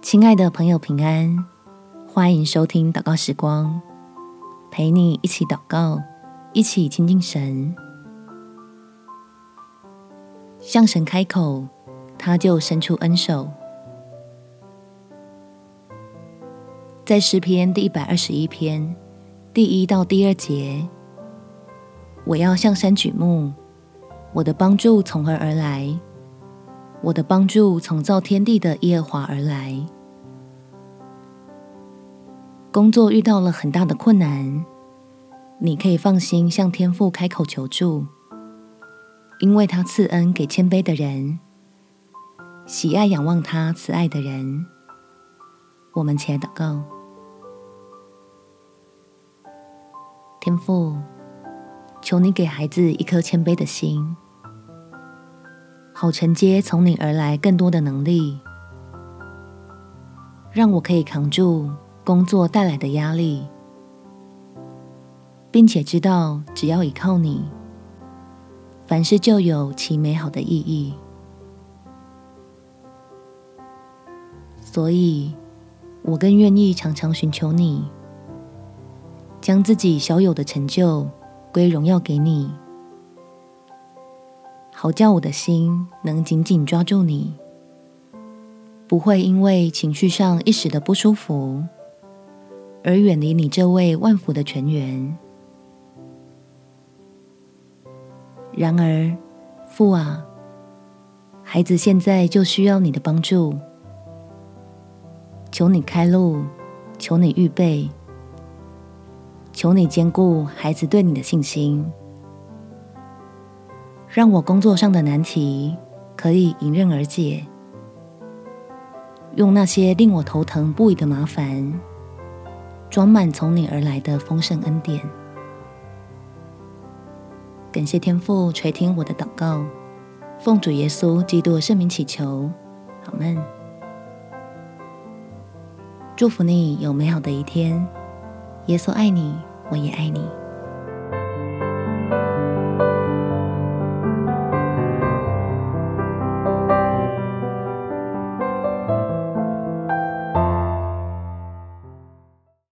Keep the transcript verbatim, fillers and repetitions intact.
亲爱的朋友平安，欢迎收听祷告时光，陪你一起祷告，一起亲近神。向神开口，他就伸出恩手。在诗篇第一百二十一篇第一到第二节，我要向山举目，我的帮助从何而来？我的帮助从造天地的耶和华而来。工作遇到了很大的困难，你可以放心向天父开口求助，因为他赐恩给谦卑的人，喜爱仰望他慈爱的人。我们起来祷告。天父，求你给孩子一颗谦卑的心，好承接从你而来更多的能力，让我可以扛住工作带来的压力，并且知道只要依靠你，凡事就有其美好的意义。所以我更愿意常常寻求你，将自己小有的成就归荣耀给你，好叫我的心能紧紧抓住你，不会因为情绪上一时的不舒服而远离你这位万福的泉源。然而，父啊，孩子现在就需要你的帮助，求你开路，求你预备，求你坚固孩子对你的信心，让我工作上的难题可以迎刃而解，用那些令我头疼不已的麻烦装满从你而来的丰盛恩典。感谢天父垂听我的祷告，奉主耶稣基督的圣名祈求，阿们。祝福你有美好的一天，耶稣爱你，我也爱你。